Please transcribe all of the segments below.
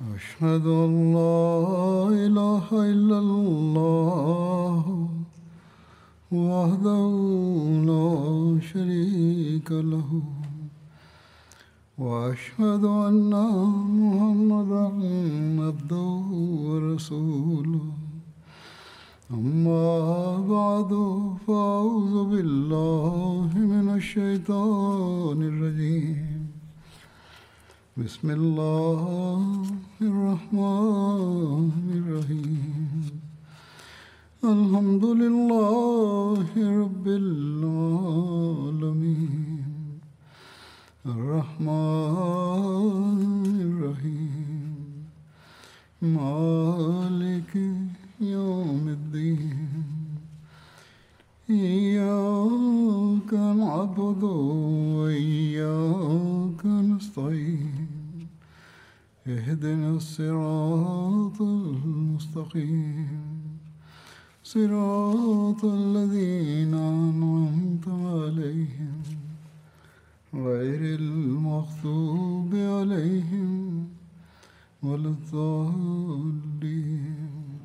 أشهد أن لا إله إلا الله وحده لا شريك له وأشهد أن محمدا عبده ورسوله أما بعد فأعوذ بالله من الشيطان الرجيم بسم الله الرحمن الرحيم الحمد لله رب العالمين الرحمن الرحيم مالك يوم الدين إياك نعبد وإياك نستعين اهدنا الصراط المستقيم صراط الذين أنعمت عليهم غير المغضوب عليهم ولا الضالين.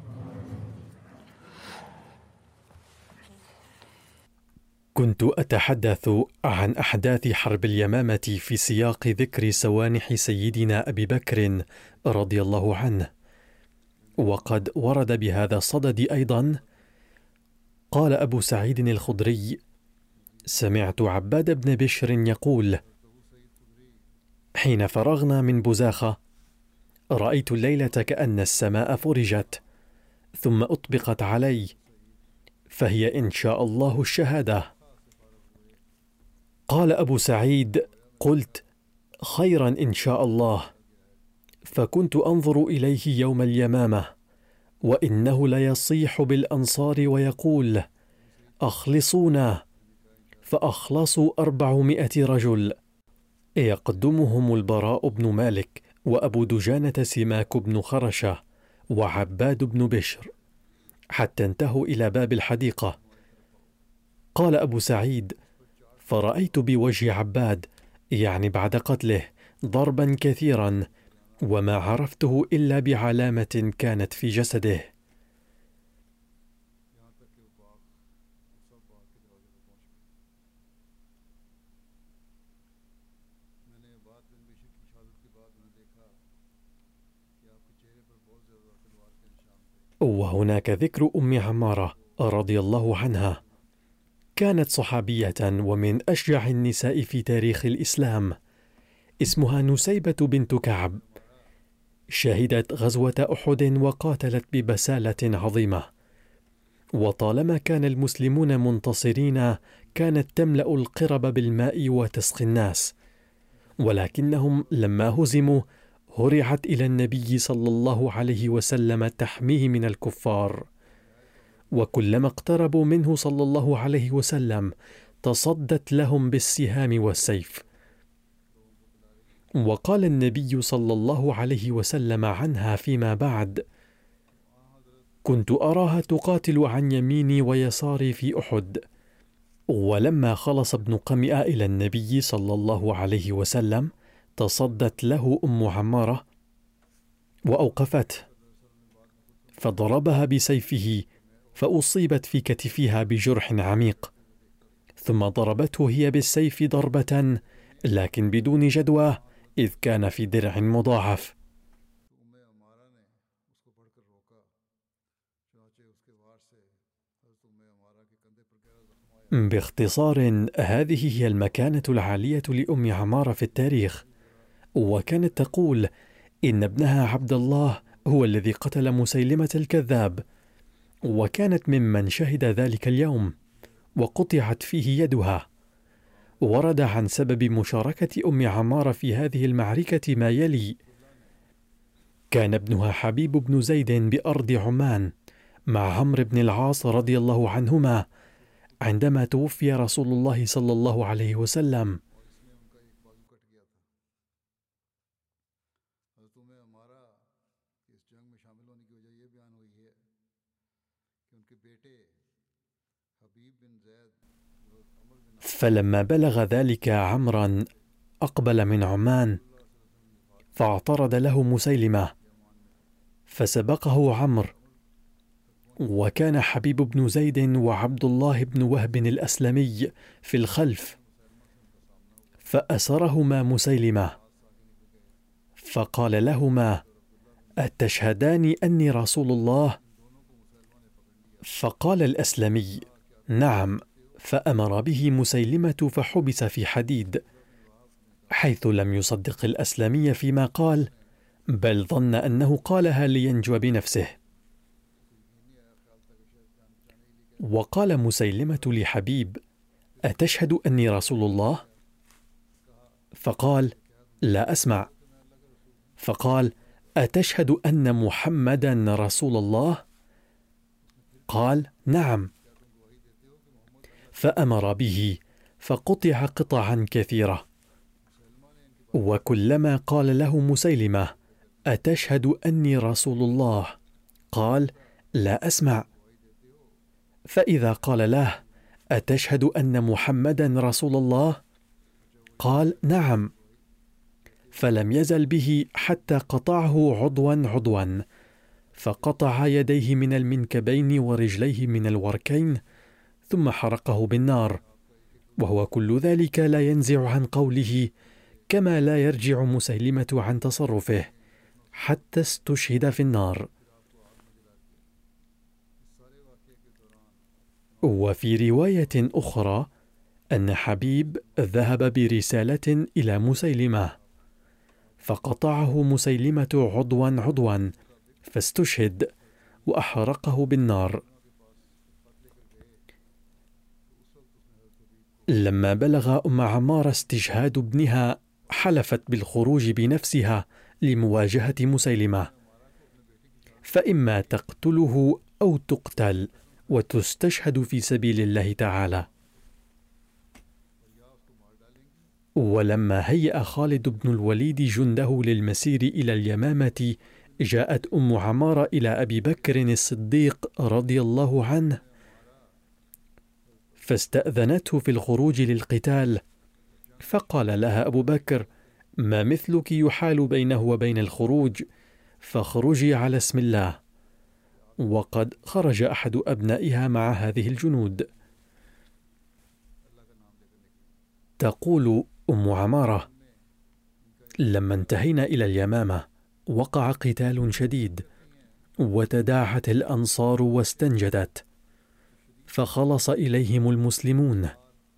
كنت أتحدث عن أحداث حرب اليمامة في سياق ذكر سوانح سيدنا أبي بكر رضي الله عنه، وقد ورد بهذا الصدد أيضا. قال أبو سعيد الخدري: سمعت عباد بن بشر يقول: حين فرغنا من بزاخة رأيت الليلة كأن السماء فرجت ثم أطبقت علي، فهي إن شاء الله الشهادة. قال أبو سعيد: قلت: خيرا إن شاء الله، فكنت أنظر إليه يوم اليمامة وإنه ليصيح بالأنصار ويقول: أخلصونا، فأخلصوا 400 رجل، يقدمهم البراء بن مالك وأبو دجانة سماك بن خرشة وعباد بن بشر، حتى انتهوا إلى باب الحديقة. قال أبو سعيد: فرأيت بوجه عباد، يعني بعد قتله، ضربا كثيرا، وما عرفته إلا بعلامة كانت في جسده. وهناك ذكر أم عمارة رضي الله عنها. كانت صحابية ومن أشجع النساء في تاريخ الإسلام، اسمها نسيبة بنت كعب. شهدت غزوة أحد وقاتلت ببسالة عظيمة، وطالما كان المسلمون منتصرين كانت تملأ القرب بالماء وتسقي الناس، ولكنهم لما هزموا هرعت إلى النبي صلى الله عليه وسلم تحميه من الكفار، وكلما اقتربوا منه صلى الله عليه وسلم تصدت لهم بالسهام والسيف. وقال النبي صلى الله عليه وسلم عنها فيما بعد: كنت أراها تقاتل عن يميني ويساري في أحد. ولما خلص ابن قمئة إلى النبي صلى الله عليه وسلم تصدت له أم عمارة وأوقفته، فضربها بسيفه فأصيبت في كتفها بجرح عميق، ثم ضربته هي بالسيف ضربة لكن بدون جدوى، إذ كان في درع مضاعف. باختصار، هذه هي المكانة العالية لأم عمارة في التاريخ. وكانت تقول إن ابنها عبد الله هو الذي قتل مسيلمة الكذاب، وكانت ممن شهد ذلك اليوم وقطعت فيه يدها. ورد عن سبب مشاركة أم عمارة في هذه المعركة ما يلي: كان ابنها حبيب بن زيد بأرض عمان مع عمرو بن العاص رضي الله عنهما عندما توفي رسول الله صلى الله عليه وسلم. فلما بلغ ذلك عمرا أقبل من عمان، فاعترض له مسيلمة فسبقه عمرو، وكان حبيب بن زيد وعبد الله بن وهب الأسلمي في الخلف، فأسرهما مسيلمة فقال لهما: أتشهدان أني رسول الله؟ فقال الأسلمي: نعم. فأمر به مسيلمة فحبس في حديد، حيث لم يصدق الأسلمي فيما قال، بل ظن أنه قالها لينجو بنفسه. وقال مسيلمة لحبيب: أتشهد أني رسول الله؟ فقال: لا أسمع. فقال: أتشهد أن محمدا رسول الله؟ قال: نعم. فأمر به فقطع قطعا كثيرة، وكلما قال له مسيلمة: أتشهد أني رسول الله؟ قال: لا أسمع. فإذا قال له: أتشهد أن محمدا رسول الله؟ قال: نعم. فلم يزل به حتى قطعه عضوا عضوا، فقطع يديه من المنكبين ورجليه من الوركين، ثم حرقه بالنار، وهو كل ذلك لا ينزع عن قوله، كما لا يرجع مسيلمة عن تصرفه، حتى استشهد في النار. وفي رواية أخرى أن حبيب ذهب برسالة إلى مسيلمة، فقطعه مسيلمة عضوا عضوا فاستشهد، وأحرقه بالنار. لما بلغ أم عمار استشهاد ابنها، حلفت بالخروج بنفسها لمواجهة مسيلمة، فإما تقتله أو تقتل وتستشهد في سبيل الله تعالى. ولما هيأ خالد بن الوليد جنده للمسير إلى اليمامة، جاءت أم عمار إلى أبي بكر الصديق رضي الله عنه، فاستأذنته في الخروج للقتال، فقال لها أبو بكر: ما مثلك يحال بينه وبين الخروج، فاخرجي على اسم الله. وقد خرج أحد أبنائها مع هذه الجنود. تقول أم عمارة: لما انتهينا إلى اليمامة وقع قتال شديد، وتداعت الأنصار واستنجدت، فخلص إليهم المسلمون.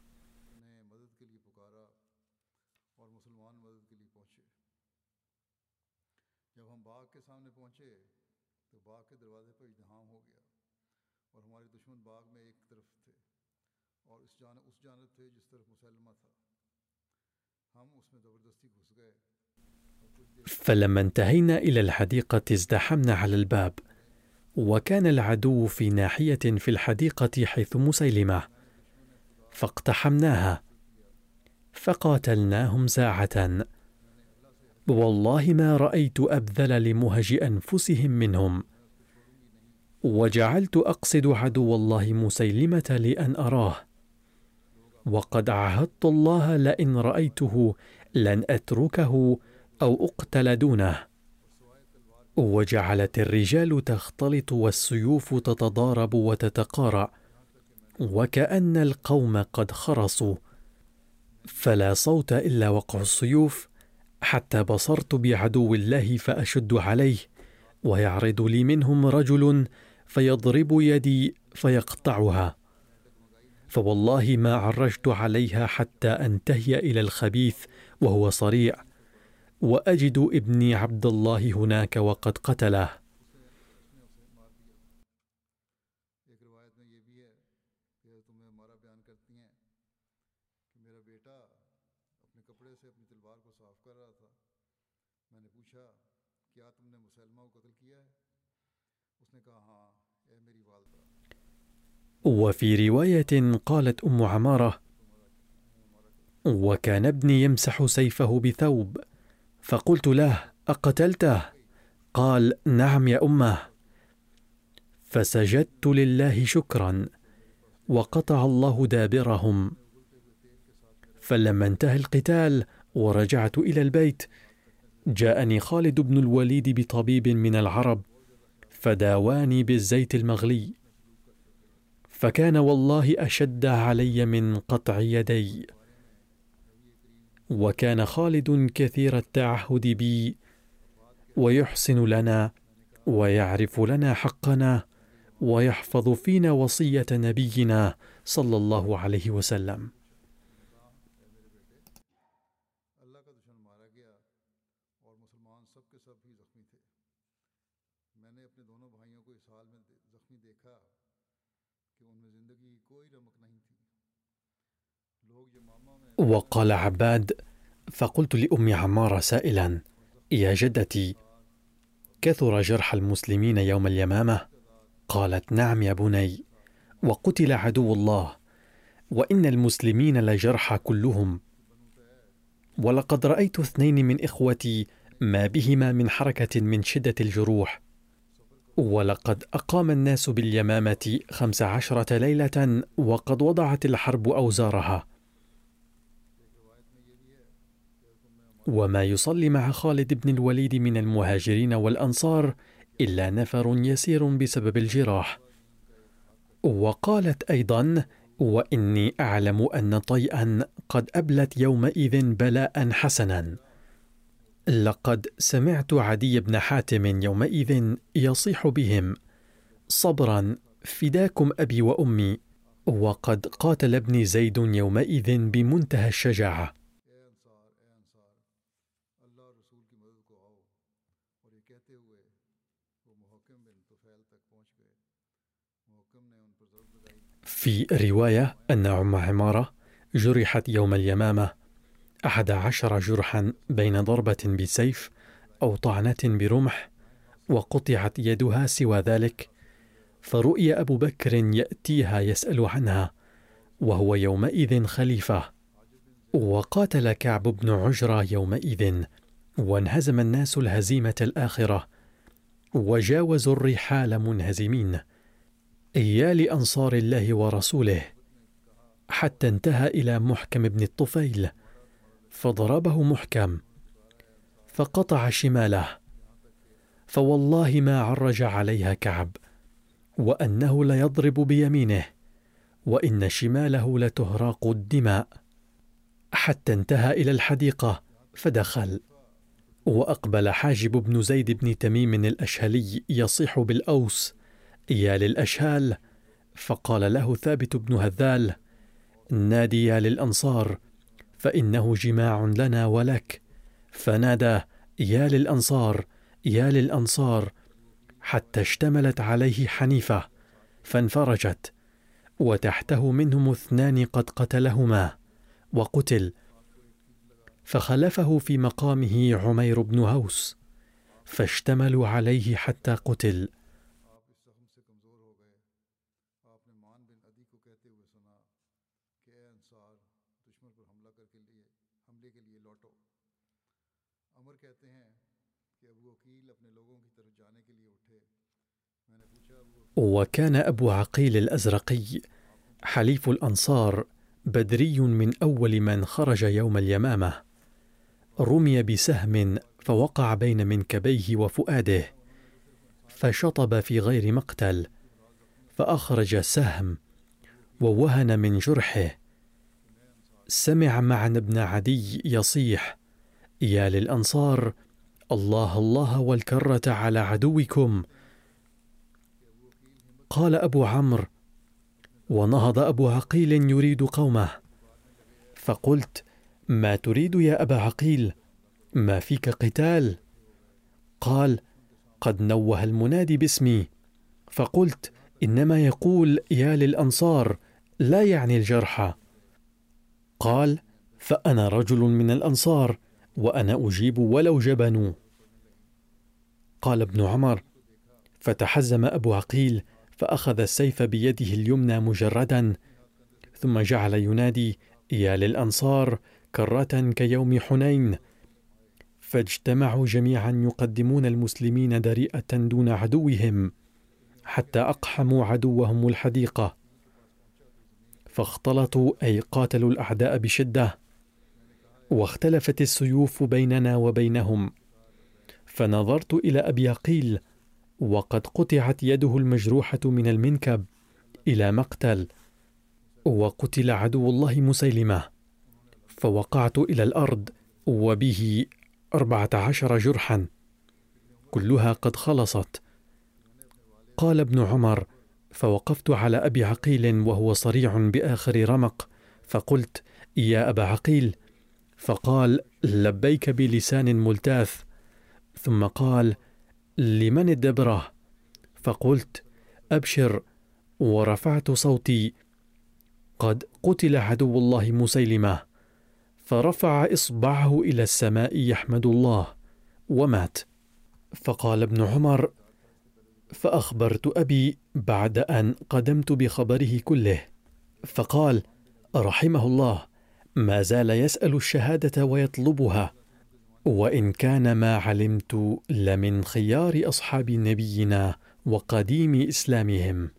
فلما انتهينا إلى الحديقة ازدحمنا على الباب، وكان العدو في ناحية في الحديقة حيث مسيلمة، فاقتحمناها فقاتلناهم ساعة، والله ما رأيت أبذل لمهج أنفسهم منهم، وجعلت أقصد عدو الله مسيلمة لأن أراه، وقد عاهدت الله لئن رأيته لن أتركه أو أقتل دونه. وجعلت الرجال تختلط والسيوف تتضارب وتتقارع، وكأن القوم قد خرصوا، فلا صوت إلا وقع السيوف، حتى بصرت بعدو الله فأشد عليه، ويعرض لي منهم رجل فيضرب يدي فيقطعها، فوالله ما عرجت عليها حتى أنتهي إلى الخبيث وهو صريع، وأجد ابني عبد الله هناك وقد قتله. وفي رواية قالت أم عمارة: وكان ابني يمسح سيفه بثوب، فقلت له: أقتلته؟ قال: نعم يا أمه. فسجدت لله شكرا، وقطع الله دابرهم. فلما انتهى القتال ورجعت إلى البيت، جاءني خالد بن الوليد بطبيب من العرب، فداواني بالزيت المغلي، فكان والله أشد علي من قطع يدي. وكان خالد كثير التعهد بي، ويحسن لنا ويعرف لنا حقنا، ويحفظ فينا وصية نبينا صلى الله عليه وسلم. وقال عباد: فقلت لأم عمار سائلا: يا جدتي، كثر جرح المسلمين يوم اليمامة؟ قالت: نعم يا بني، وقتل عدو الله، وإن المسلمين لجرح كلهم، ولقد رأيت 2 من إخوتي ما بهما من حركة من شدة الجروح، ولقد أقام الناس باليمامة 15 ليلة وقد وضعت الحرب أوزارها. وما يصلي مع خالد بن الوليد من المهاجرين والأنصار إلا نفر يسير بسبب الجراح. وقالت أيضا: وإني أعلم أن طيئا قد أبلت يومئذ بلاء حسنا. لقد سمعت عدي بن حاتم يومئذ يصيح بهم: صبرا، فداكم أبي وأمي. وقد قاتل ابني زيد يومئذ بمنتهى الشجاعة. في رواية أن أم عمارة جرحت يوم اليمامة 11 جرحا، بين ضربة بسيف أو طعنة برمح، وقطعت يدها سوى ذلك. فرؤي أبو بكر يأتيها يسأل عنها، وهو يومئذ خليفة. وقاتل كعب بن عجرة يومئذ، وانهزم الناس الهزيمة الآخرة، وجاوزوا الرحال منهزمين. يا لأنصار الله ورسوله، حتى انتهى إلى محكم بن الطفيل، فضربه محكم فقطع شماله، فوالله ما عرج عليها كعب، وأنه ليضرب بيمينه، وإن شماله لتهراق الدماء، حتى انتهى إلى الحديقة فدخل. وأقبل حاجب بن زيد بن تميم الأشهلي يصيح بالأوس: يا للأشهال. فقال له ثابت بن هذال: نادي يا للأنصار، فإنه جماع لنا ولك. فنادى: يا للأنصار، يا للأنصار، حتى اشتملت عليه حنيفة فانفرجت، وتحته منهم 2 قد قتلهما وقتل، فخلفه في مقامه عمير بن هوس، فاشتملوا عليه حتى قتل. وكان أبو عقيل الأزرقي حليف الأنصار بدري من أول من خرج يوم اليمامة. رمي بسهم فوقع بين منكبيه وفؤاده، فشطب في غير مقتل، فأخرج السهم ووهن من جرحه. سمع معن بن عدي يصيح: يا للأنصار، الله الله والكرة على عدوكم. قال أبو عمرو: ونهض أبو عقيل يريد قومه، فقلت: ما تريد يا أبا عقيل؟ ما فيك قتال؟ قال: قد نوه المنادي باسمي. فقلت: إنما يقول يا للأنصار، لا يعني الجرحى. قال: فأنا رجل من الأنصار، وأنا أجيب ولو جبنوا. قال ابن عمر: فتحزم أبو عقيل، فأخذ السيف بيده اليمنى مجردا، ثم جعل ينادي: يا للأنصار، كرة كيوم حنين. فاجتمعوا جميعا يقدمون المسلمين دريئة دون عدوهم، حتى أقحموا عدوهم الحديقة، فاختلطوا أي قاتلوا الأعداء بشدة، واختلفت السيوف بيننا وبينهم. فنظرت إلى أبي عقيل وقد قطعت يده المجروحة من المنكب إلى مقتل، وقتل عدو الله مسيلمة، فوقعت إلى الأرض وبه 14 جرحا كلها قد خلصت. قال ابن عمر: فوقفت على أبي عقيل وهو صريع بآخر رمق، فقلت: يا أبا عقيل. فقال: لبيك بلسان ملتاث. ثم قال: لمن الدبرة؟ فقلت: أبشر. ورفعت صوتي: قد قتل عدو الله مسيلمة. فرفع إصبعه إلى السماء يحمد الله ومات. فقال ابن عمر: فأخبرت أبي بعد أن قدمت بخبره كله، فقال: رحمه الله، ما زال يسأل الشهادة ويطلبها، وإن كان ما علمت لمن خيار أصحاب نبينا وقديم إسلامهم.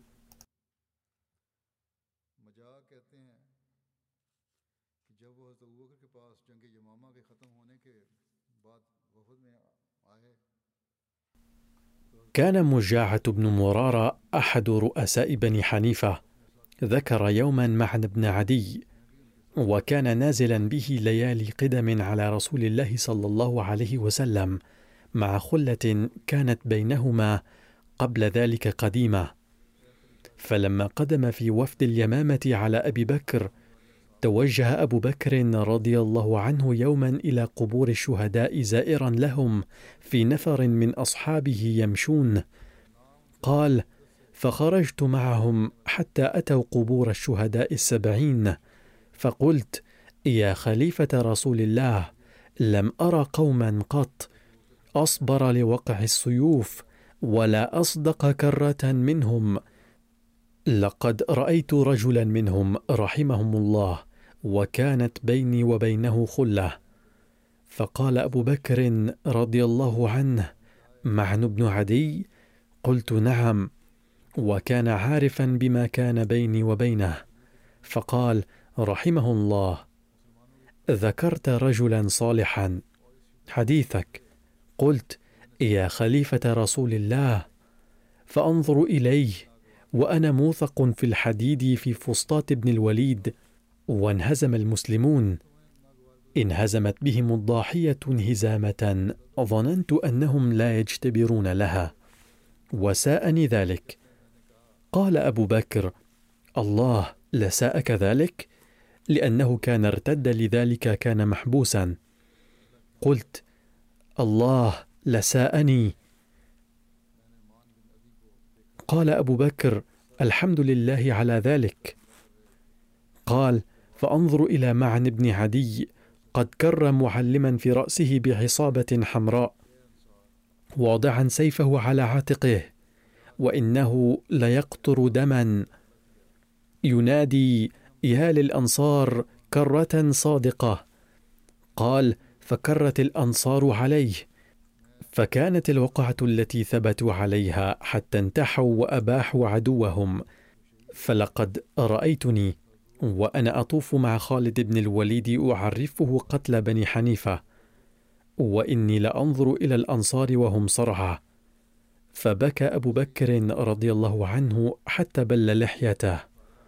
كان مجاعة بن مرارة أحد رؤساء بني حنيفة، ذكر يوما مع ابن عدي، وكان نازلا به ليالي قدم على رسول الله صلى الله عليه وسلم مع خلة كانت بينهما قبل ذلك قديمة. فلما قدم في وفد اليمامة على أبي بكر، توجه أبو بكر رضي الله عنه يوما إلى قبور الشهداء زائرا لهم في نفر من أصحابه يمشون. قال: فخرجت معهم حتى أتوا قبور الشهداء 70، فقلت: يا خليفة رسول الله، لم أرى قوما قط أصبر لوقع السيوف ولا أصدق كرة منهم، لقد رأيت رجلا منهم رحمهم الله وكانت بيني وبينه خلة. فقال أبو بكر رضي الله عنه: معن بن عدي؟ قلت: نعم. وكان عارفا بما كان بيني وبينه. فقال: رحمه الله، ذكرت رجلا صالحا، حديثك. قلت: يا خليفة رسول الله، فأنظر إليه وأنا موثق في الحديد في فسطاط بن الوليد، وانهزم المسلمون، انهزمت بهم الضاحية انهزامة ظننت أنهم لا يجتبرون لها، وساءني ذلك. قال أبو بكر: الله، لساءك ذلك؟ لأنه كان ارتد لذلك كان محبوسا. قلت: الله، لساءني. قال أبو بكر: الحمد لله على ذلك. قال: فأنظر إلى معن بن عدي قد كر معلما في رأسه بعصابة حمراء، واضعا سيفه على عاتقه، وإنه ليقطر دما، ينادي: يا للأنصار كرة صادقة. قال: فكرت الأنصار عليه، فكانت الوقعة التي ثبتوا عليها حتى انتحوا وأباحوا عدوهم. فلقد رأيتني وأنا أطوف مع خالد بن الوليد أعرفه قتل بني حنيفة، وإني لأنظر إلى الأنصار وهم صرعى. فبكى أبو بكر رضي الله عنه حتى بل لحيته.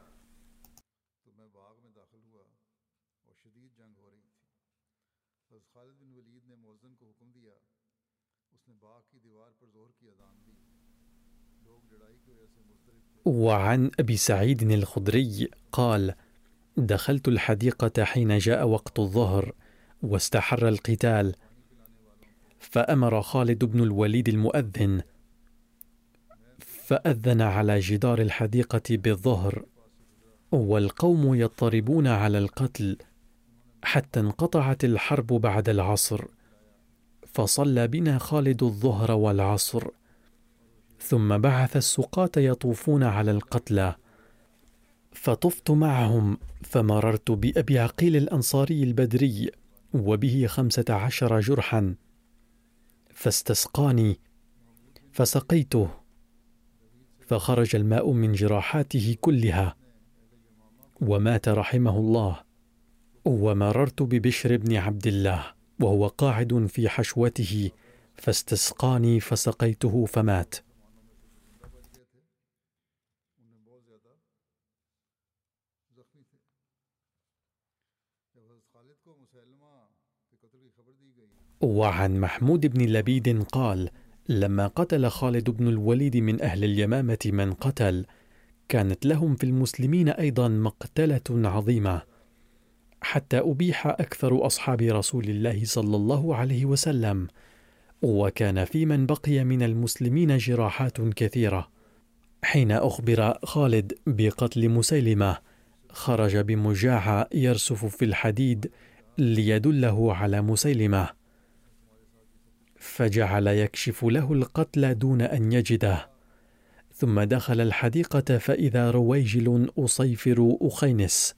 وعن أبي سعيد الخدري قال: دخلت الحديقة حين جاء وقت الظهر واستحر القتال، فأمر خالد بن الوليد المؤذن، فأذن على جدار الحديقة بالظهر، والقوم يضطربون على القتل حتى انقطعت الحرب بعد العصر، فصلى بنا خالد الظهر والعصر، ثم بعث السقاة يطوفون على القتلى، فطفت معهم، فمررت بأبي عقيل الأنصاري البدري وبه 15 جرحا، فاستسقاني فسقيته، فخرج الماء من جراحاته كلها ومات رحمه الله. ومررت ببشر بن عبد الله وهو قاعد في حشوته، فاستسقاني فسقيته فمات. وعن محمود بن لبيد قال: لما قتل خالد بن الوليد من أهل اليمامة من قتل، كانت لهم في المسلمين أيضا مقتلة عظيمة، حتى أبيح أكثر أصحاب رسول الله صلى الله عليه وسلم، وكان في من بقي من المسلمين جراحات كثيرة. حين أخبر خالد بقتل مسيلمة، خرج بمجاعة يرسف في الحديد ليدله على مسيلمة، فجعل يكشف له القتل دون أن يجده، ثم دخل الحديقة فإذا رويجل أصيفر أخينس،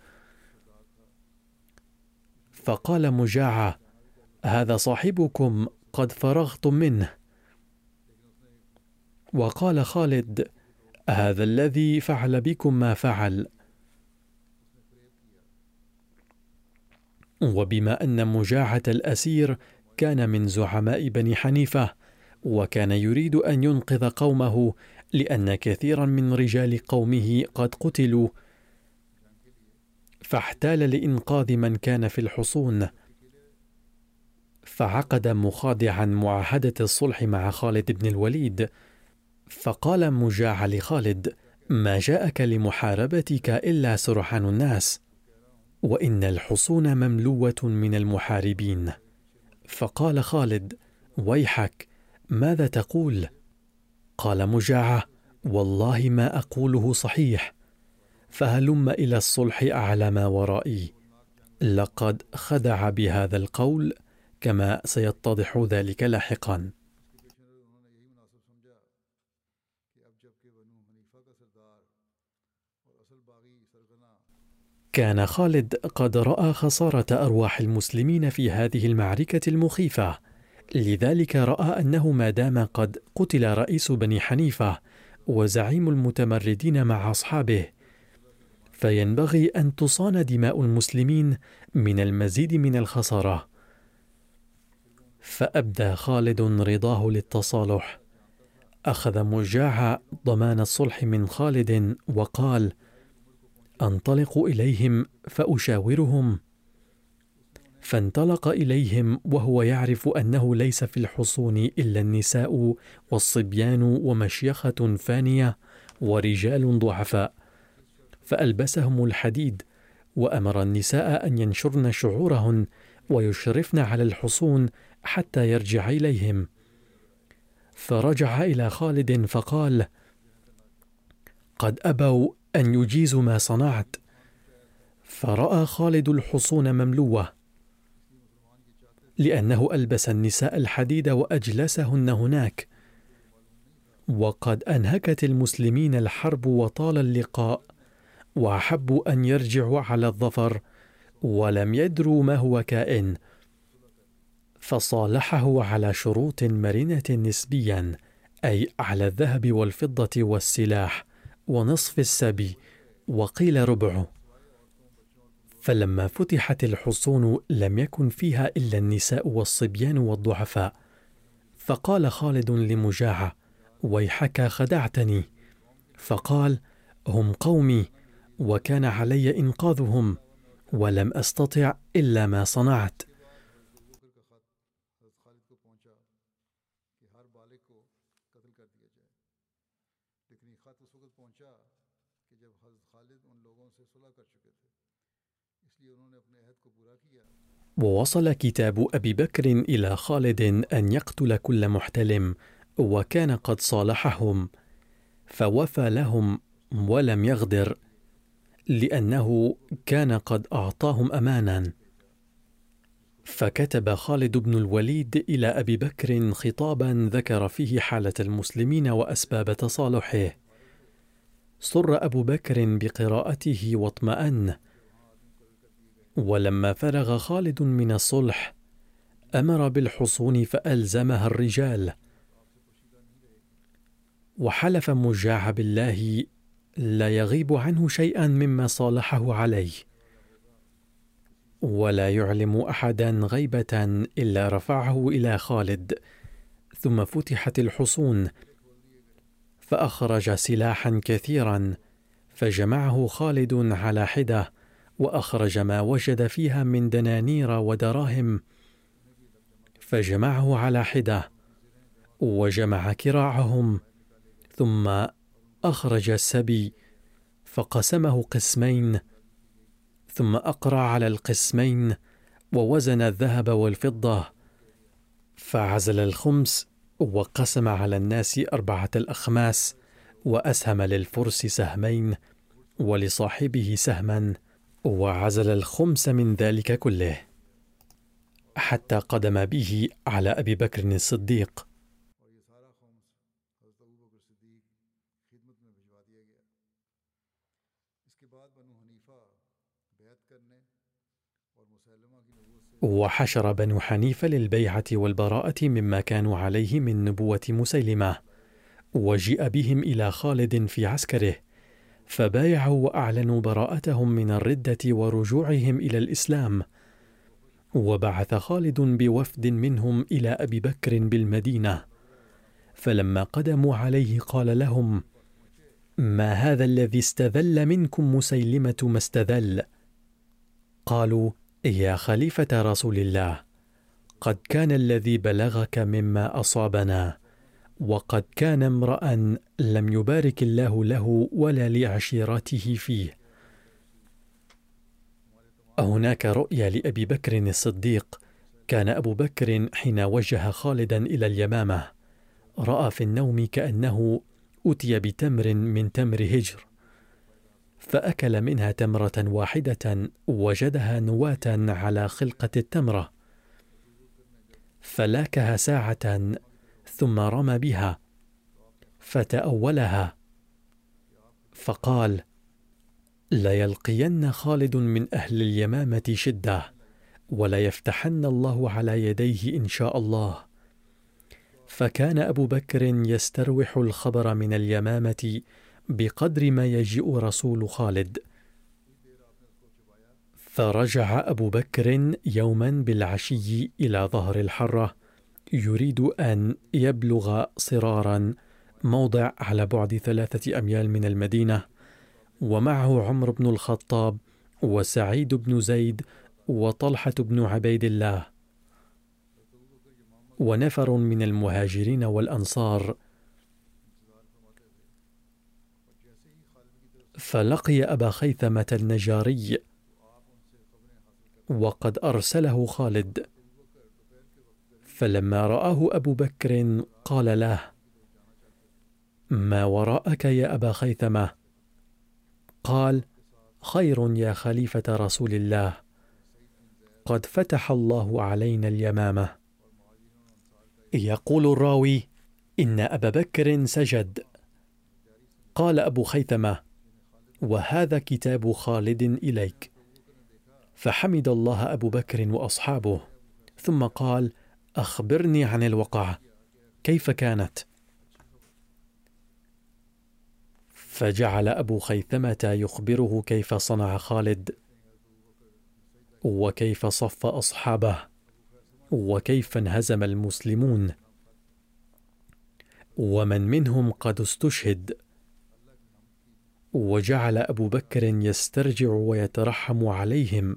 فقال مجاعة: هذا صاحبكم قد فرغتم منه. وقال خالد: هذا الذي فعل بكم ما فعل. وبما أن مجاعة الأسير كان من زعماء بني حنيفة، وكان يريد أن ينقذ قومه لأن كثيرا من رجال قومه قد قتلوا، فاحتال لإنقاذ من كان في الحصون، فعقد مخادعا معاهدة الصلح مع خالد بن الوليد. فقال مجاعة لخالد: ما جاءك لمحاربتك إلا سرحان الناس، وإن الحصون مملوة من المحاربين. فقال خالد: ويحك، ماذا تقول؟ قال مجاعة: والله ما أقوله صحيح، فهلم إلى الصلح أعلى ما ورائي. لقد خدع بهذا القول، كما سيتضح ذلك لاحقا. كان خالد قد رأى خسارة أرواح المسلمين في هذه المعركة المخيفة، لذلك رأى أنه ما دام قد قتل رئيس بني حنيفة وزعيم المتمردين مع أصحابه، فينبغي أن تصان دماء المسلمين من المزيد من الخسارة. فأبدى خالد رضاه للتصالح. أخذ مجاعة ضمان الصلح من خالد وقال: أنطلق إليهم فأشاورهم. فانطلق إليهم وهو يعرف أنه ليس في الحصون إلا النساء والصبيان ومشيخة فانية ورجال ضعفاء، فألبسهم الحديد، وأمر النساء أن ينشرن شعورهن ويشرفن على الحصون حتى يرجع إليهم. فرجع إلى خالد فقال: قد أبوا أن يجيزوا ما صنعت. فرأى خالد الحصون مملوة، لأنه ألبس النساء الحديد وأجلسهن هناك، وقد أنهكت المسلمين الحرب وطال اللقاء، وأحبوا أن يرجعوا على الظفر ولم يدروا ما هو كائن، فصالحه على شروط مرنة نسبيا، أي على الذهب والفضة والسلاح ونصف السبي، وقيل ربعه. فلما فتحت الحصون لم يكن فيها إلا النساء والصبيان والضعفاء. فقال خالد لمجاعة: ويحك، خدعتني. فقال: هم قومي، وكان علي إنقاذهم، ولم أستطع إلا ما صنعت. ووصل كتاب أبي بكر إلى خالد أن يقتل كل محتلم، وكان قد صالحهم، فوفى لهم ولم يغدر، لأنه كان قد أعطاهم أمانا. فكتب خالد بن الوليد إلى أبي بكر خطابا ذكر فيه حالة المسلمين وأسباب تصالحه. سر أبو بكر بقراءته واطمأن. ولما فرغ خالد من الصلح أمر بالحصون فألزمها الرجال، وحلف مجاعة بالله لا يغيب عنه شيئا مما صالحه عليه، ولا يعلم أحدا غيبة إلا رفعه إلى خالد. ثم فتحت الحصون، فأخرج سلاحا كثيرا، فجمعه خالد على حدة، وأخرج ما وجد فيها من دنانير ودراهم، فجمعه على حدة وجمع كراعهم، ثم أخرج السبي فقسمه قسمين، ثم أقرع على القسمين ووزن الذهب والفضة، فعزل الخمس وقسم على الناس 4 الأخماس، وأسهم للفرس سهمين ولصاحبه سهما، وعزل الخمس من ذلك كله حتى قدم به على أبي بكر الصديق. وحشر بنو حنيفة للبيعة والبراءة مما كانوا عليه من نبوة مسيلمة، وجيء بهم إلى خالد في عسكره، فبايعوا وأعلنوا براءتهم من الردة ورجوعهم إلى الإسلام. وبعث خالد بوفد منهم إلى أبي بكر بالمدينة، فلما قدموا عليه قال لهم: ما هذا الذي استذل منكم مسيلمة ما استذل؟ قالوا: يا خليفة رسول الله، قد كان الذي بلغك مما أصابنا، وقد كان امرأ لم يبارك الله له ولا لعشيرته فيه. هناك رؤيا لأبي بكر الصديق. كان أبو بكر حين وجه خالدا إلى اليمامة رأى في النوم كأنه أتي بتمر من تمر هجر، فأكل منها تمرة واحدة وجدها نواة على خلقة التمرة، فلاكها ساعة ثم رمى بها فتأولها، فقال: ليلقين خالد من أهل اليمامة شدة، وليفتحن الله على يديه إن شاء الله. فكان أبو بكر يستروح الخبر من اليمامة بقدر ما يجيء رسول خالد. فرجع أبو بكر يوما بالعشي إلى ظهر الحرة يريد أن يبلغ صرارا، موضع على بعد 3 أميال من المدينة، ومعه عمر بن الخطاب وسعيد بن زيد وطلحة بن عبيد الله ونفر من المهاجرين والأنصار. فلقي أبا خيثمة النجاري وقد أرسله خالد، فلما رآه أبو بكر قال له: ما وراءك يا أبا خيثمة؟ قال: خير يا خليفة رسول الله، قد فتح الله علينا اليمامة. يقول الراوي: إن أبا بكر سجد. قال أبو خيثمة: وهذا كتاب خالد إليك. فحمد الله أبو بكر وأصحابه، ثم قال: أخبرني عن الوقعة، كيف كانت؟ فجعل أبو خيثمة يخبره كيف صنع خالد، وكيف صف أصحابه، وكيف انهزم المسلمون، ومن منهم قد استشهد. وجعل أبو بكر يسترجع ويترحم عليهم.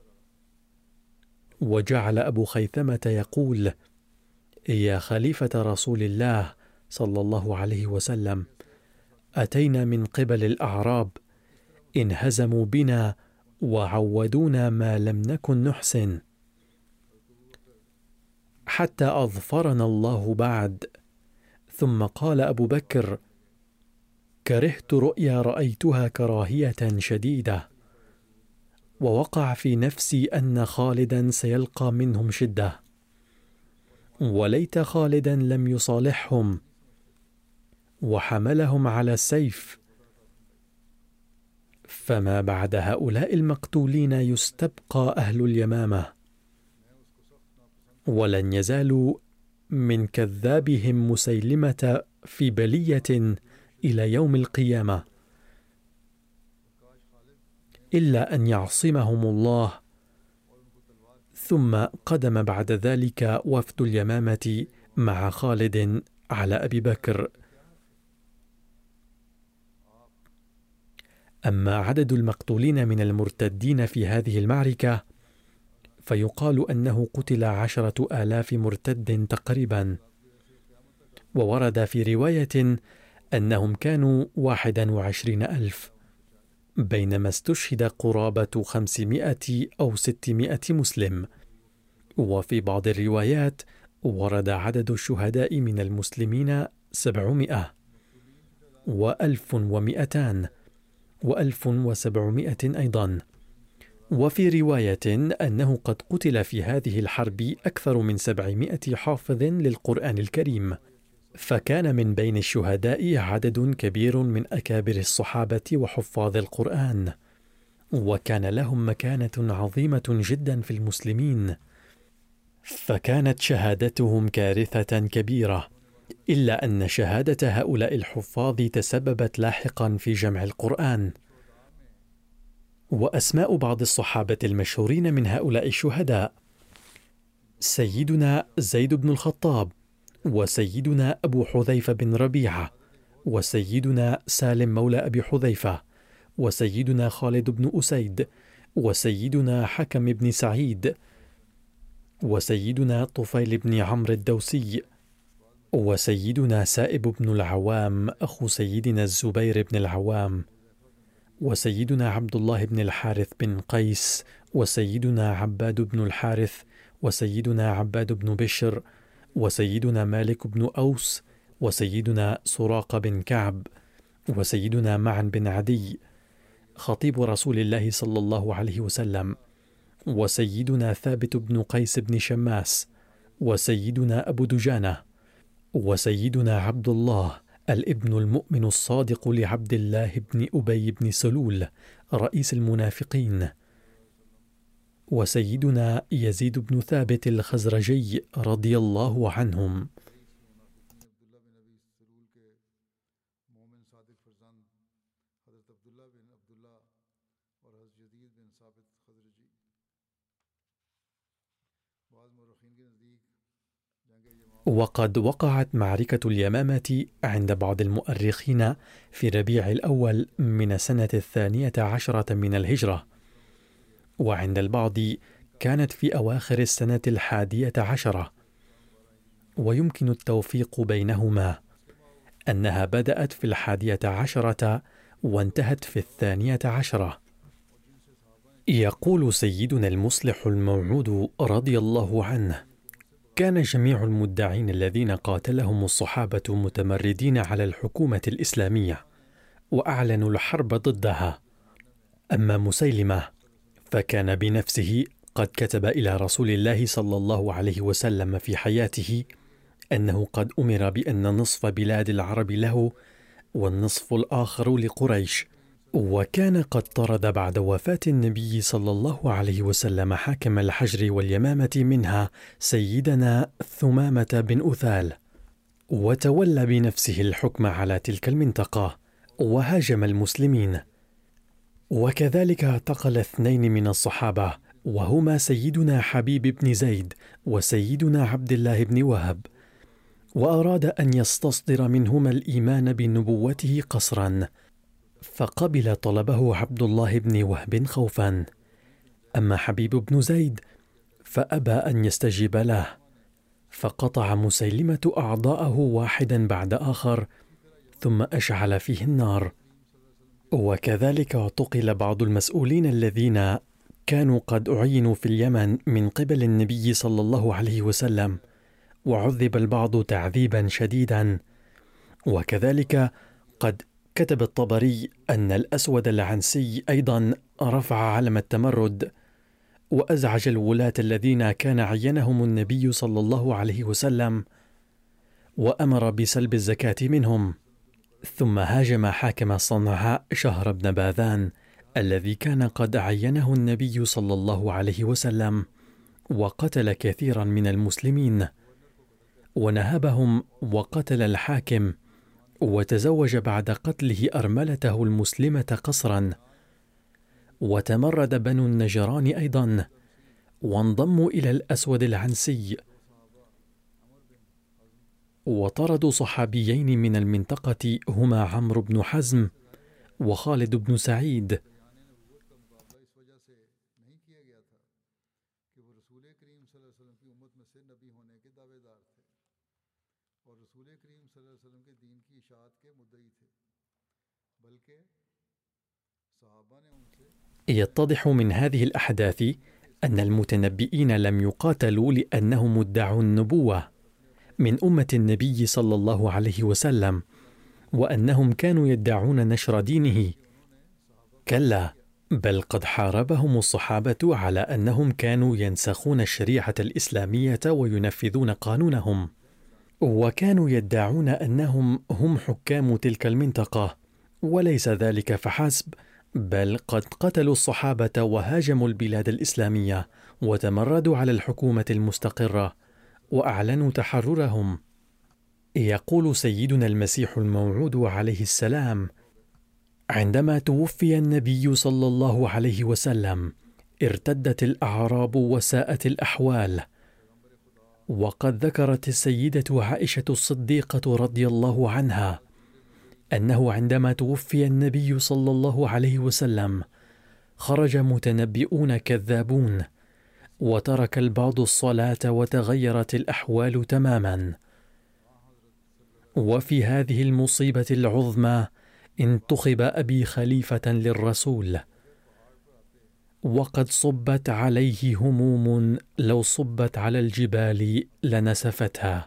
وجعل أبو خيثمة يقول: يا خليفة رسول الله صلى الله عليه وسلم، أتينا من قبل الأعراب، انهزموا بنا وعودونا ما لم نكن نحسن، حتى أظفرنا الله بعد. ثم قال أبو بكر: كرهت رؤيا رأيتها كراهية شديدة، ووقع في نفسي أن خالدا سيلقى منهم شدة، وليت خالدا لم يصالحهم وحملهم على السيف. فما بعد هؤلاء المقتولين يستبقى أهل اليمامة، ولن يزالوا من كذابهم مسيلمة في بلية إلى يوم القيامة، إلا أن يعصمهم الله. ثم قدم بعد ذلك وفد اليمامة مع خالد على أبي بكر. أما عدد المقتولين من المرتدين في هذه المعركة فيقال أنه قتل 10,000 مرتد تقريبا. وورد في رواية أنهم كانوا 21,000، بينما استشهد قرابة 500 أو 600 مسلم. وفي بعض الروايات ورد عدد الشهداء من المسلمين 700 و1200 و1700 أيضا. وفي رواية أنه قد قتل في هذه الحرب أكثر من 700 حافظ للقرآن الكريم، فكان من بين الشهداء عدد كبير من أكابر الصحابة وحفاظ القرآن، وكان لهم مكانة عظيمة جدا في المسلمين، فكانت شهادتهم كارثة كبيرة، إلا أن شهادة هؤلاء الحفاظ تسببت لاحقا في جمع القرآن. وأسماء بعض الصحابة المشهورين من هؤلاء الشهداء: سيدنا زيد بن الخطاب، وسيدنا أبو حذيفة بن ربيعة، وسيدنا سالم مولى أبي حذيفة، وسيدنا خالد بن أسيد، وسيدنا حكم بن سعيد، وسيدنا طفيل بن عمرو الدوسي، وسيدنا سائب بن العوام أخو سيدنا الزبير بن العوام، وسيدنا عبد الله بن الحارث بن قيس، وسيدنا عباد بن الحارث، وسيدنا عباد بن بشر، وسيدنا مالك بن أوس، وسيدنا سراق بن كعب، وسيدنا معن بن عدي خطيب رسول الله صلى الله عليه وسلم، وسيدنا ثابت بن قيس بن شماس، وسيدنا أبو دجانة، وسيدنا عبد الله الابن المؤمن الصادق لعبد الله بن أبي بن سلول رئيس المنافقين، وسيدنا يزيد بن ثابت الخزرجي رضي الله عنهم. وقد وقعت معركة اليمامة عند بعض المؤرخين في ربيع الأول من السنة 12 من الهجرة، وعند البعض كانت في أواخر السنة 11، ويمكن التوفيق بينهما، أنها بدأت في 11 وانتهت في 12. يقول سيدنا المصلح الموعود رضي الله عنه: كان جميع المدعين الذين قاتلهم الصحابة متمردين على الحكومة الإسلامية، وأعلنوا الحرب ضدها. أما مسيلمة فكان بنفسه قد كتب إلى رسول الله صلى الله عليه وسلم في حياته أنه قد أمر بأن نصف بلاد العرب له والنصف الآخر لقريش، وكان قد طرد بعد وفاة النبي صلى الله عليه وسلم حاكم الحجر واليمامة منها سيدنا ثمامة بن أثال، وتولى بنفسه الحكم على تلك المنطقة وهاجم المسلمين. وكذلك اعتقل 2 من الصحابة، وهما سيدنا حبيب بن زيد وسيدنا عبد الله بن وهب، وأراد أن يستصدر منهما الإيمان بنبوته قسرا، فقبل طلبه عبد الله بن وهب خوفا. أما حبيب بن زيد فأبى أن يستجيب له، فقطع مسيلمة أعضاءه واحدا بعد آخر ثم أشعل فيه النار. وكذلك اعتقل بعض المسؤولين الذين كانوا قد أعينوا في اليمن من قبل النبي صلى الله عليه وسلم، وعذب البعض تعذيبا شديدا. وكذلك قد كتب الطبري أن الأسود العنسي أيضا رفع علم التمرد، وأزعج الولاة الذين كان عينهم النبي صلى الله عليه وسلم، وأمر بسلب الزكاة منهم. ثم هاجم حاكم صنعاء شهر بن باذان الذي كان قد عينه النبي صلى الله عليه وسلم، وقتل كثيرا من المسلمين ونهبهم، وقتل الحاكم، وتزوج بعد قتله أرملته المسلمة قسرا. وتمرد بنو النجران أيضا وانضموا إلى الأسود العنسي، وطردوا صحابيين من المنطقة هما عمرو بن حزم وخالد بن سعيد. يتضح من هذه الأحداث أن المتنبئين لم يقاتلوا لأنهم ادعوا النبوة من أمة النبي صلى الله عليه وسلم، وأنهم كانوا يدعون نشر دينه. كلا، بل قد حاربهم الصحابة على أنهم كانوا ينسخون الشريعة الإسلامية وينفذون قانونهم، وكانوا يدعون أنهم هم حكام تلك المنطقة، وليس ذلك فحسب، بل قد قتلوا الصحابة وهاجموا البلاد الإسلامية وتمردوا على الحكومة المستقرة وأعلنوا تحررهم. يقول سيدنا المسيح الموعود عليه السلام: عندما توفي النبي صلى الله عليه وسلم ارتدت الأعراب وساءت الأحوال. وقد ذكرت السيدة عائشة الصديقة رضي الله عنها أنه عندما توفي النبي صلى الله عليه وسلم خرج متنبئون كذابون، وترك البعض الصلاة وتغيرت الأحوال تماما. وفي هذه المصيبة العظمى انتخب أبي خليفة للرسول، وقد صبت عليه هموم لو صبت على الجبال لنسفتها.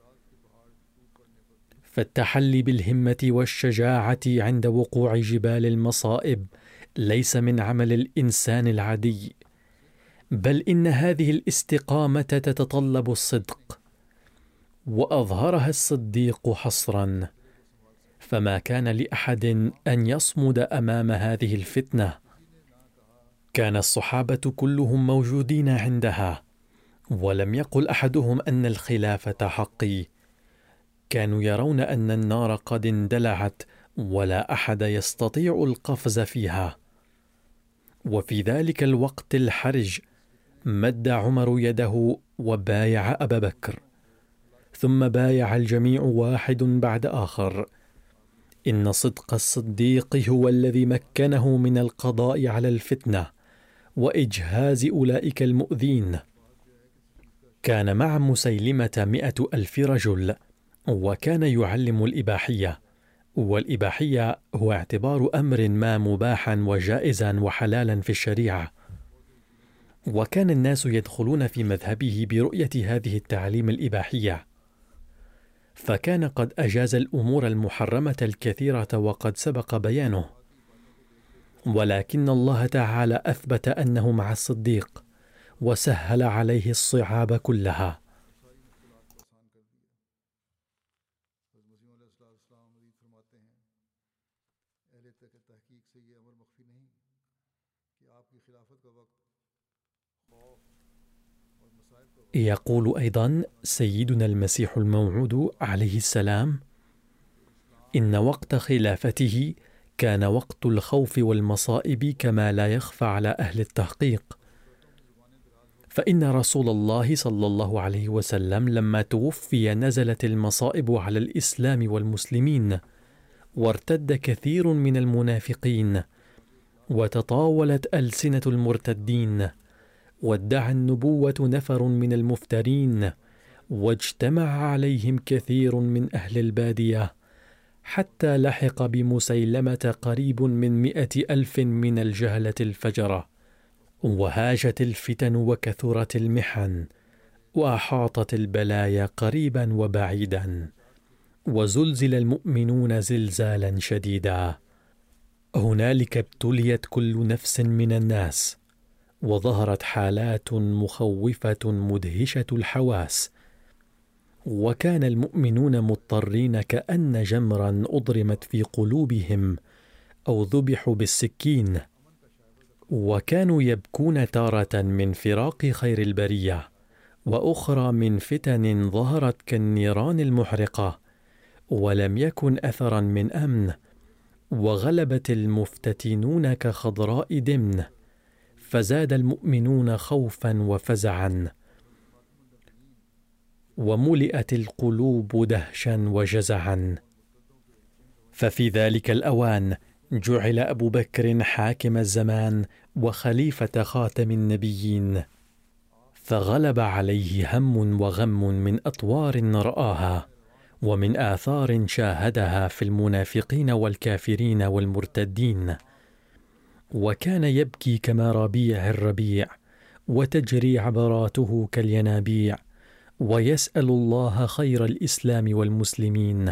فالتحلي بالهمة والشجاعة عند وقوع جبال المصائب ليس من عمل الإنسان العادي، بل إن هذه الاستقامة تتطلب الصدق، وأظهرها الصديق حصرا، فما كان لأحد أن يصمد أمام هذه الفتنة. كان الصحابة كلهم موجودين عندها، ولم يقل أحدهم أن الخلافة حقي. كانوا يرون أن النار قد اندلعت ولا أحد يستطيع القفز فيها. وفي ذلك الوقت الحرج مد عمر يده وبايع أبا بكر، ثم بايع الجميع واحد بعد آخر. إن صدق الصديق هو الذي مكنه من القضاء على الفتنة وإجهاز أولئك المؤذين. كان مع مسيلمة 100,000 رجل، وكان يعلم الإباحية، والإباحية هو اعتبار أمر ما مباحا وجائزا وحلالا في الشريعة. وكان الناس يدخلون في مذهبه برؤية هذه التعاليم الإباحية، فكان قد أجاز الأمور المحرمة الكثيرة وقد سبق بيانه. ولكن الله تعالى أثبت أنه مع الصديق وسهل عليه الصعاب كلها. يقول أيضا سيدنا المسيح الموعود عليه السلام: إن وقت خلافته كان وقت الخوف والمصائب كما لا يخفى على أهل التحقيق. فإن رسول الله صلى الله عليه وسلم لما توفي نزلت المصائب على الإسلام والمسلمين، وارتد كثير من المنافقين، وتطاولت ألسنة المرتدين، وادعى النبوة نفر من المفترين، واجتمع عليهم كثير من أهل البادية، حتى لحق بمسيلمة قريب من 100,000 من الجهلة الفجرة. وهاجت الفتن وكثرت المحن، وأحاطت البلايا قريبا وبعيدا، وزلزل المؤمنون زلزالا شديدا. هنالك ابتليت كل نفس من الناس، وظهرت حالات مخوفة مدهشة الحواس، وكان المؤمنون مضطرين كأن جمرا أضرمت في قلوبهم أو ذبحوا بالسكين. وكانوا يبكون تارة من فراق خير البرية، وأخرى من فتن ظهرت كالنيران المحرقة، ولم يكن أثرا من أمن، وغلبت المفتتنون كخضراء دمن، فزاد المؤمنون خوفا وفزعا، وملئت القلوب دهشا وجزعا. ففي ذلك الأوان جعل أبو بكر حاكم الزمان وخليفة خاتم النبيين، فغلب عليه هم وغم من أطوار رآها، ومن آثار شاهدها في المنافقين والكافرين والمرتدين. وكان يبكي كمرابيع الربيع، وتجري عبراته كالينابيع، ويسأل الله خير الإسلام والمسلمين.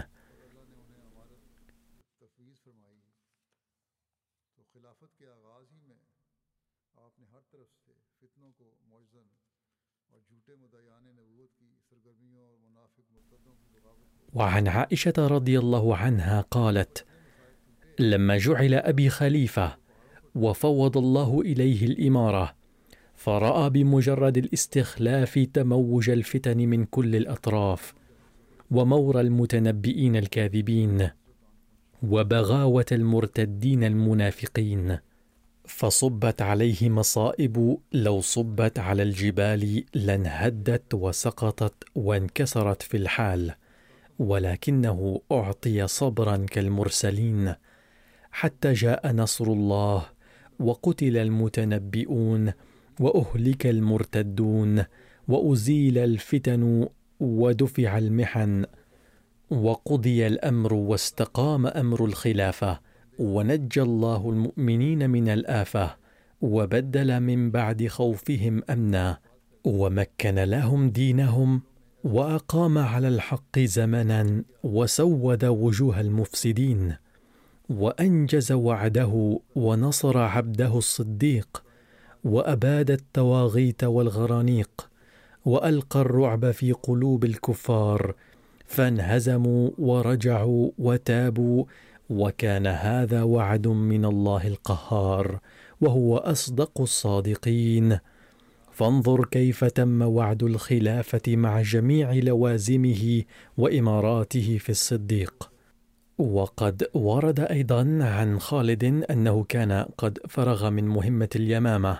وعن عائشة رضي الله عنها قالت: لما جعل أبي خليفة وفوض الله إليه الإمارة، فرأى بمجرد الاستخلاف تموج الفتن من كل الأطراف، ومور المتنبئين الكاذبين، وبغاوة المرتدين المنافقين، فصبت عليه مصائب لو صبت على الجبال لانهدت وسقطت وانكسرت في الحال، ولكنه أعطي صبرا كالمرسلين، حتى جاء نصر الله، وقتل المتنبئون، وأهلك المرتدون، وأزيل الفتن، ودفع المحن، وقضي الأمر، واستقام أمر الخلافة، ونجى الله المؤمنين من الآفة، وبدل من بعد خوفهم أمنا، ومكن لهم دينهم، وأقام على الحق زمنا، وسود وجوه المفسدين، وأنجز وعده، ونصر عبده الصديق، وأباد التواغيت والغرانيق، وألقى الرعب في قلوب الكفار، فانهزموا ورجعوا وتابوا، وكان هذا وعد من الله القهار، وهو أصدق الصادقين. فانظر كيف تم وعد الخلافة مع جميع لوازمه وإماراته في الصديق. وقد ورد أيضا عن خالد أنه كان قد فرغ من مهمة اليمامة،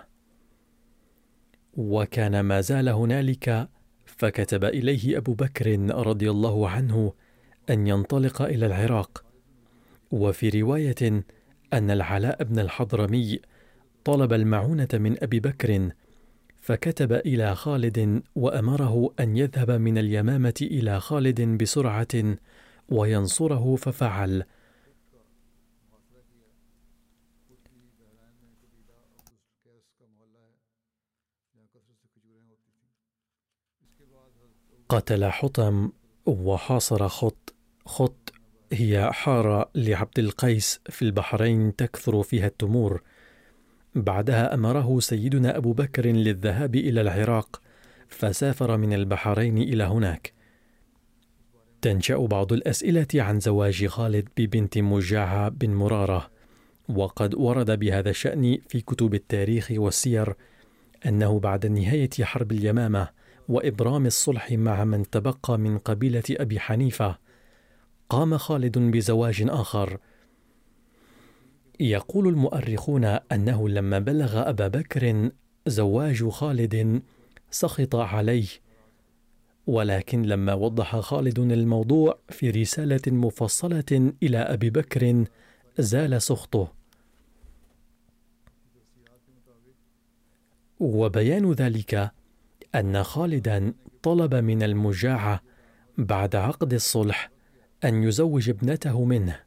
وكان ما زال هنالك، فكتب إليه أبو بكر رضي الله عنه أن ينطلق إلى العراق. وفي رواية أن العلاء بن الحضرمي طلب المعونة من أبي بكر، فكتب إلى خالد وأمره أن يذهب من اليمامة إلى خالد بسرعة وينصره، ففعل. قتل حطم وحاصر خط. خط هي حارة لعبد القيس في البحرين تكثر فيها التمور. بعدها أمره سيدنا أبو بكر للذهاب إلى العراق، فسافر من البحرين إلى هناك. تنشأ بعض الأسئلة عن زواج خالد ببنت مجاعة بن مرارة، وقد ورد بهذا الشأن في كتب التاريخ والسير أنه بعد نهاية حرب اليمامة وإبرام الصلح مع من تبقى من قبيلة أبي حنيفة، قام خالد بزواج آخر. يقول المؤرخون أنه لما بلغ أبا بكر زواج خالد سخط عليه، ولكن لما وضح خالد الموضوع في رسالة مفصلة إلى أبي بكر زال سخطه. وبيان ذلك أن خالدا طلب من المجاعة بعد عقد الصلح أن يزوج ابنته منه.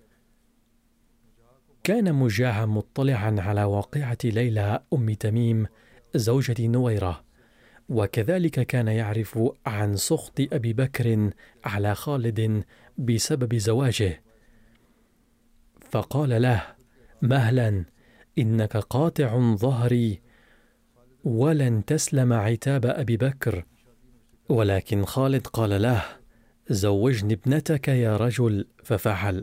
كان مجاعة مطلعا على واقعة ليلى أم تميم زوجة نويرة، وكذلك كان يعرف عن سخط أبي بكر على خالد بسبب زواجه، فقال له: مهلا، إنك قاطع ظهري، ولن تسلم عتاب أبي بكر. ولكن خالد قال له: زوجني ابنتك يا رجل، ففعل.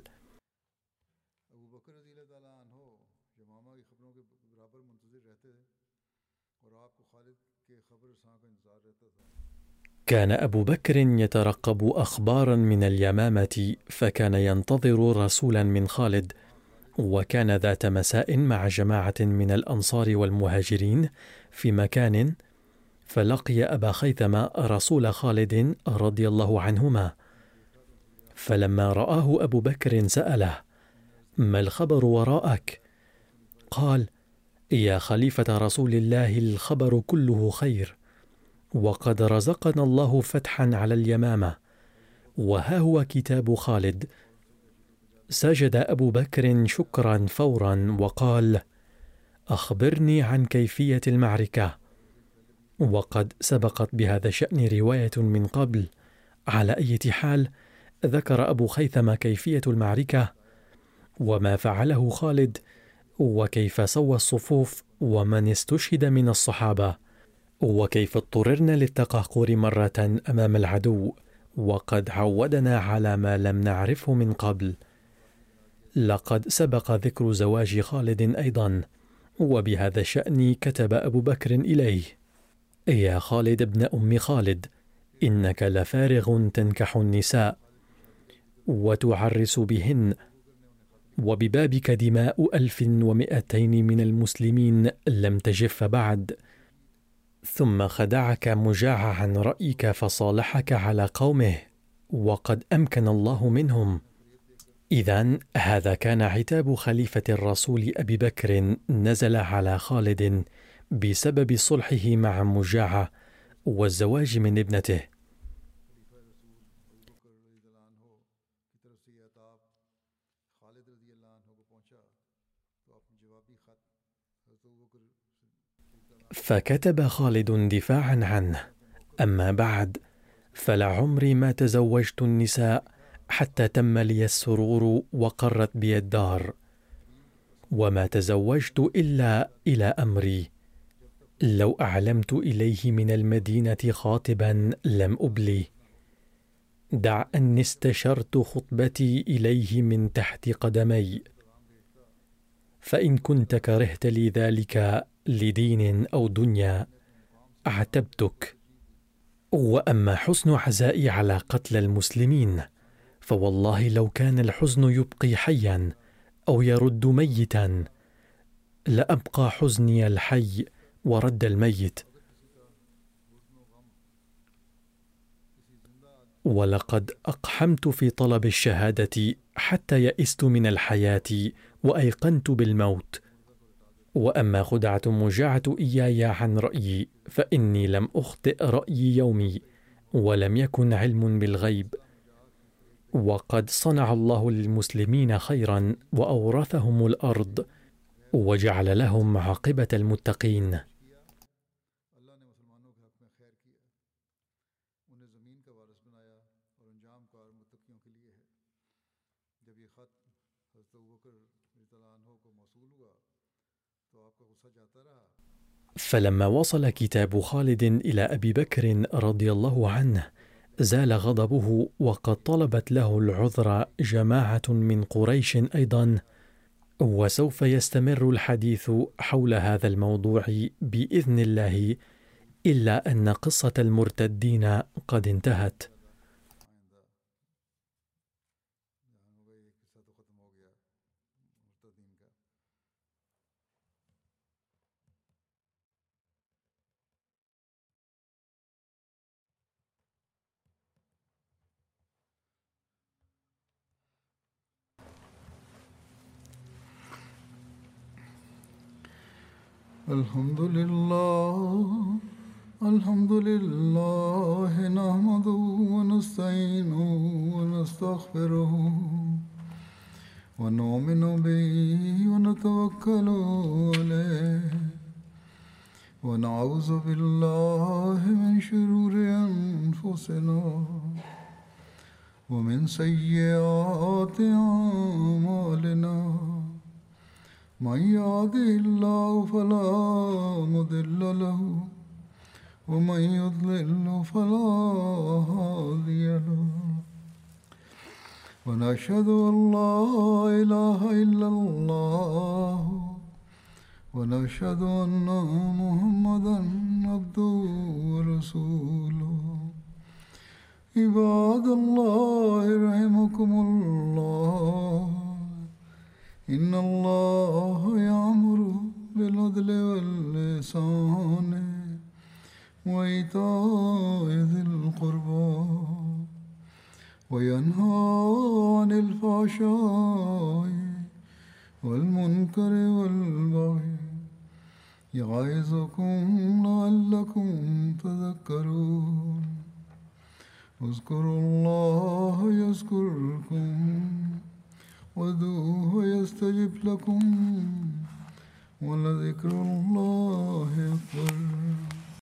كان أبو بكر يترقب أخبارا من اليمامة، فكان ينتظر رسولا من خالد. وكان ذات مساء مع جماعة من الأنصار والمهاجرين في مكان، فلقي أبا خيثمة رسول خالد رضي الله عنهما، فلما رآه أبو بكر سأله: ما الخبر وراءك؟ قال: يا خليفة رسول الله، الخبر كله خير، وقد رزقنا الله فتحا على اليمامة، وها هو كتاب خالد. سجد أبو بكر شكرا فورا وقال: أخبرني عن كيفية المعركة. وقد سبقت بهذا الشأن رواية من قبل. على أي حال، ذكر أبو خيثمة كيفية المعركة وما فعله خالد، وكيف سوى الصفوف ومن استشهد من الصحابة، وكيف اضطررنا للتقهقر مرة أمام العدو، وقد عودنا على ما لم نعرفه من قبل. لقد سبق ذكر زواج خالد أيضا، وبهذا الشأن كتب أبو بكر إليه: يا خالد ابن أم خالد، إنك لفارغ تنكح النساء وتعرس بهن، وببابك دماء 1200 من المسلمين لم تجف بعد، ثم خدعك مجاع عن رأيك فصالحك على قومه، وقد أمكن الله منهم. إذن هذا كان عتاب خليفة الرسول أبي بكر نزل على خالد بسبب صلحه مع مجاعة والزواج من ابنته. فكتب خالد دفاعا عنه: أما بعد، فلعمري ما تزوجت النساء حتى تم لي السرور وقرت بي الدار، وما تزوجت إلا إلى أمري. لو أعلمت إليه من المدينة خاطبا لم أبلي. دع أني استشرت خطبتي إليه من تحت قدمي، فإن كنت كرهت لي ذلك لدين أو دنيا أعتبتك. وأما حسن عزائي على قتل المسلمين، فوالله لو كان الحزن يبقي حيا أو يرد ميتا لأبقى حزني الحي ورد الميت. ولقد أقحمت في طلب الشهادة حتى يئست من الحياة وأيقنت بالموت. وأما خدعة مجاعة إياي عن رأيي، فإني لم أخطئ رأيي يومي، ولم يكن علم بالغيب، وقد صنع الله للمسلمين خيرا وأورثهم الأرض وجعل لهم عاقبة المتقين. فلما وصل كتاب خالد إلى أبي بكر رضي الله عنه زال غضبه، وقد طلبت له العذر جماعة من قريش أيضا، وسوف يستمر الحديث حول هذا الموضوع بإذن الله، إلا أن قصة المرتدين قد انتهت. الحمد لله نحمده ونستعينه ونستغفره ونؤمن به ونتوكل عليه ونعوذ بالله من شرور أنفسنا ومن سيئات أعمالنا. من يهده الله فلا مضل له ومن يضلل فلا هادي له. ونشهد أن لا إله إلا الله ونشهد أن محمدا عبده ورسوله. عباد الله رحمكم الله، إن الله يأمر بالعدل والإحسان وإيتاء ذي القربى وينهى عن الفحشاء والمنكر والبغي يعظكم لعلكم تذكرون. واذكروا الله يذكركم وادعوه يستجب لكم ولذكر الله أكبر.